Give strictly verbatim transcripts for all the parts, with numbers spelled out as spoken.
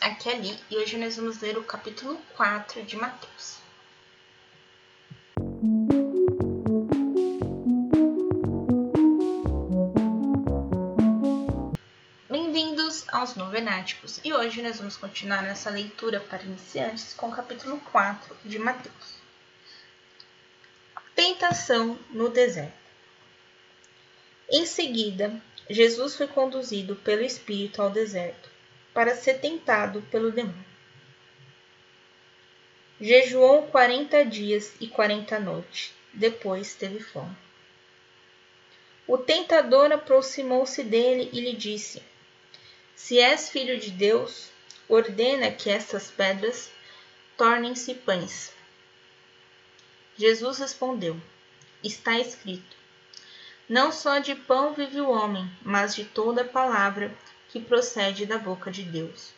aqui é a Li e hoje nós vamos ler o capítulo quatro de Mateus. Bem-vindos aos Novenáticos e hoje nós vamos continuar nessa leitura para iniciantes com o capítulo quatro de Mateus. Tentação no deserto. Em seguida, Jesus foi conduzido pelo Espírito ao deserto para ser tentado pelo demônio. Jejuou quarenta dias e quarenta noites, depois teve fome. O tentador aproximou-se dele e lhe disse: Se és filho de Deus, ordena que estas pedras tornem-se pães. Jesus respondeu: Está escrito: Não só de pão vive o homem, mas de toda palavra que procede da boca de Deus.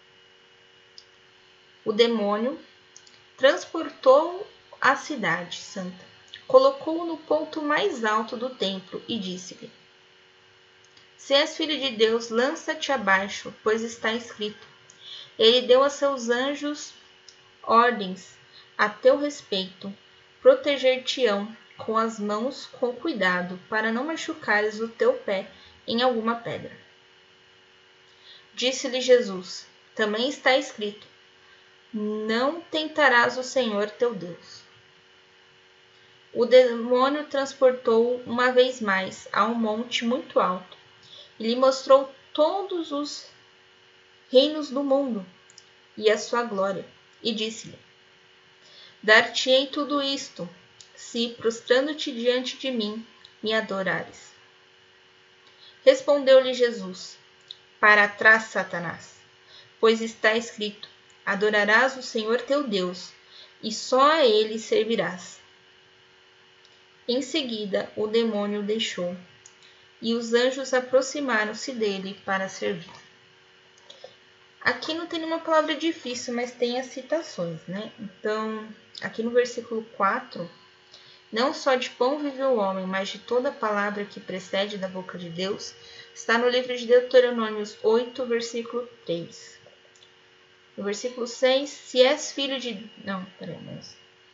O demônio transportou a cidade santa, colocou-o no ponto mais alto do templo e disse-lhe: Se és filho de Deus, lança-te abaixo, pois está escrito: Ele deu a seus anjos ordens a teu respeito, proteger-te-ão com as mãos com cuidado, para não machucares o teu pé em alguma pedra. Disse-lhe Jesus: Também está escrito: Não tentarás o Senhor teu Deus. O demônio transportou-o uma vez mais a um monte muito alto e lhe mostrou todos os reinos do mundo e a sua glória, e disse-lhe: Dar-te-ei tudo isto, se, prostrando-te diante de mim, me adorares. Respondeu-lhe Jesus: Para trás, Satanás, pois está escrito: Adorarás o Senhor teu Deus, e só a ele servirás. Em seguida, o demônio o deixou, e os anjos aproximaram-se dele para servir. Aqui não tem nenhuma palavra difícil, mas tem as citações, né? Então, aqui no versículo quatro, não só de pão vive o homem, mas de toda palavra que procede da boca de Deus, está no livro de Deuteronômios oito, versículo três. No versículo seis, se és filho de... Não, peraí, mas...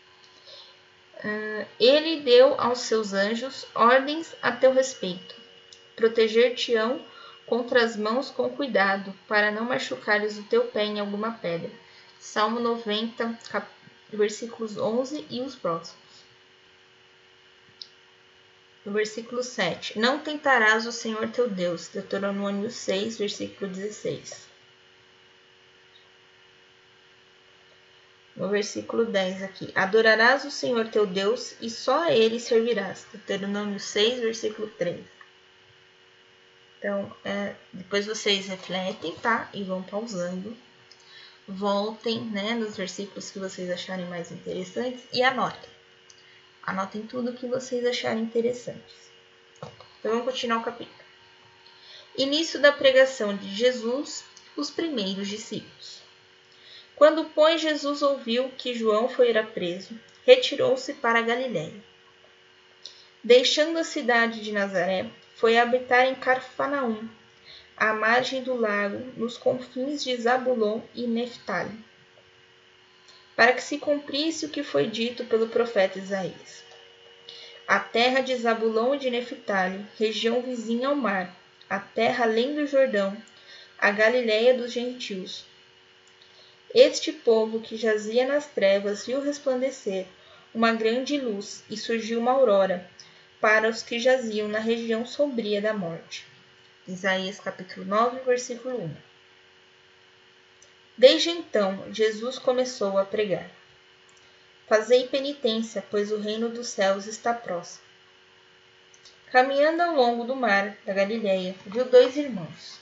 Uh, ele deu aos seus anjos ordens a teu respeito, proteger-te-ão contra as mãos com cuidado, para não machucares o teu pé em alguma pedra. Salmo noventa, cap... versículos onze e os próximos. No versículo sete, não tentarás o Senhor teu Deus. Deuteronômio seis, versículo dezesseis. No versículo dez aqui, adorarás o Senhor teu Deus e só a ele servirás. Deuteronômio seis, versículo três. Então, é, depois vocês refletem, tá? E vão pausando. Voltem, né, nos versículos que vocês acharem mais interessantes e anotem. Anotem tudo o que vocês acharem interessantes. Então, vamos continuar o capítulo. Início da pregação de Jesus, os primeiros discípulos. Quando, pois, Jesus ouviu que João fora preso, retirou-se para a Galiléia. Deixando a cidade de Nazaré, foi habitar em Cafarnaum, à margem do lago, nos confins de Zabulon e Neftali, para que se cumprisse o que foi dito pelo profeta Isaías. A terra de Zabulon e de Neftali, região vizinha ao mar, a terra além do Jordão, a Galiléia dos gentios. Este povo que jazia nas trevas viu resplandecer uma grande luz e surgiu uma aurora para os que jaziam na região sombria da morte. Isaías capítulo nove, versículo um. Desde então, Jesus começou a pregar: Fazei penitência, pois o reino dos céus está próximo. Caminhando ao longo do mar da Galiléia, viu dois irmãos.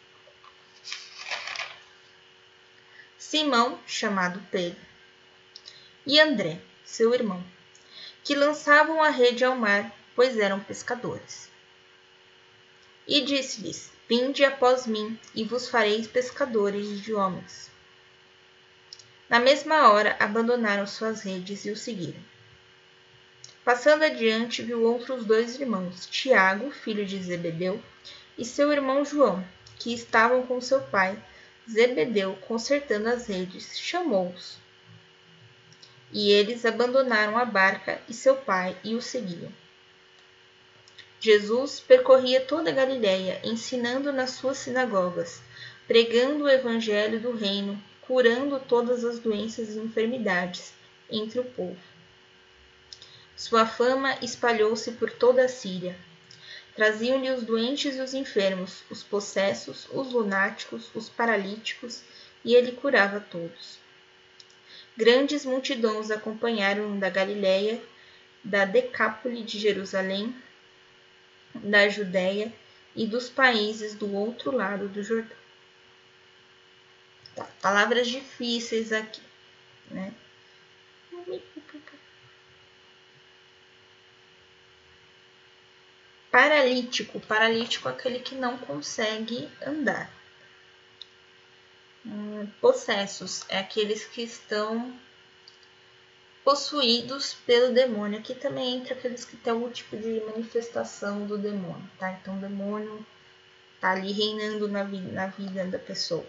Simão, chamado Pedro, e André, seu irmão, que lançavam a rede ao mar, pois eram pescadores. E disse-lhes: Vinde após mim, e vos farei pescadores de homens. Na mesma hora, abandonaram suas redes e o seguiram. Passando adiante, viu outros dois irmãos, Tiago, filho de Zebedeu, e seu irmão João, que estavam com seu pai Zebedeu, consertando as redes, chamou-os. E eles abandonaram a barca e seu pai e o seguiam. Jesus percorria toda a Galiléia, ensinando nas suas sinagogas, pregando o evangelho do reino, curando todas as doenças e enfermidades entre o povo. Sua fama espalhou-se por toda a Síria. Traziam-lhe os doentes e os enfermos, os possessos, os lunáticos, os paralíticos, e ele curava todos. Grandes multidões acompanharam da Galiléia, da Decápole de Jerusalém, da Judéia e dos países do outro lado do Jordão. Tá, palavras difíceis aqui, né? Paralítico. Paralítico é aquele que não consegue andar. Hum, possessos é aqueles que estão possuídos pelo demônio. Aqui também entra aqueles que têm algum tipo de manifestação do demônio, tá? Então, o demônio tá ali reinando na vida, na vida da pessoa.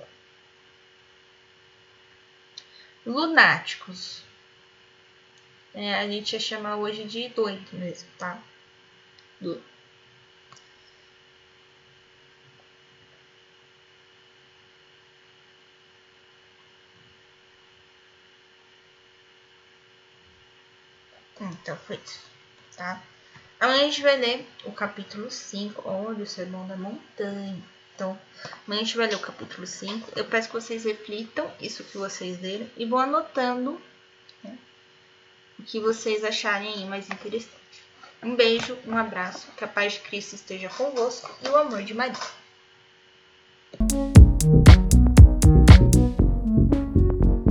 Lunáticos. É, a gente ia chamar hoje de doido mesmo, tá? Do Então, foi isso, tá? Amanhã a gente vai ler o capítulo cinco. Olha, o sermão da montanha. Então, amanhã a gente vai ler o capítulo cinco. Eu peço que vocês reflitam isso que vocês leram e vão anotando, né, o que vocês acharem aí mais interessante. Um beijo, um abraço, que a paz de Cristo esteja convosco e o amor de Maria.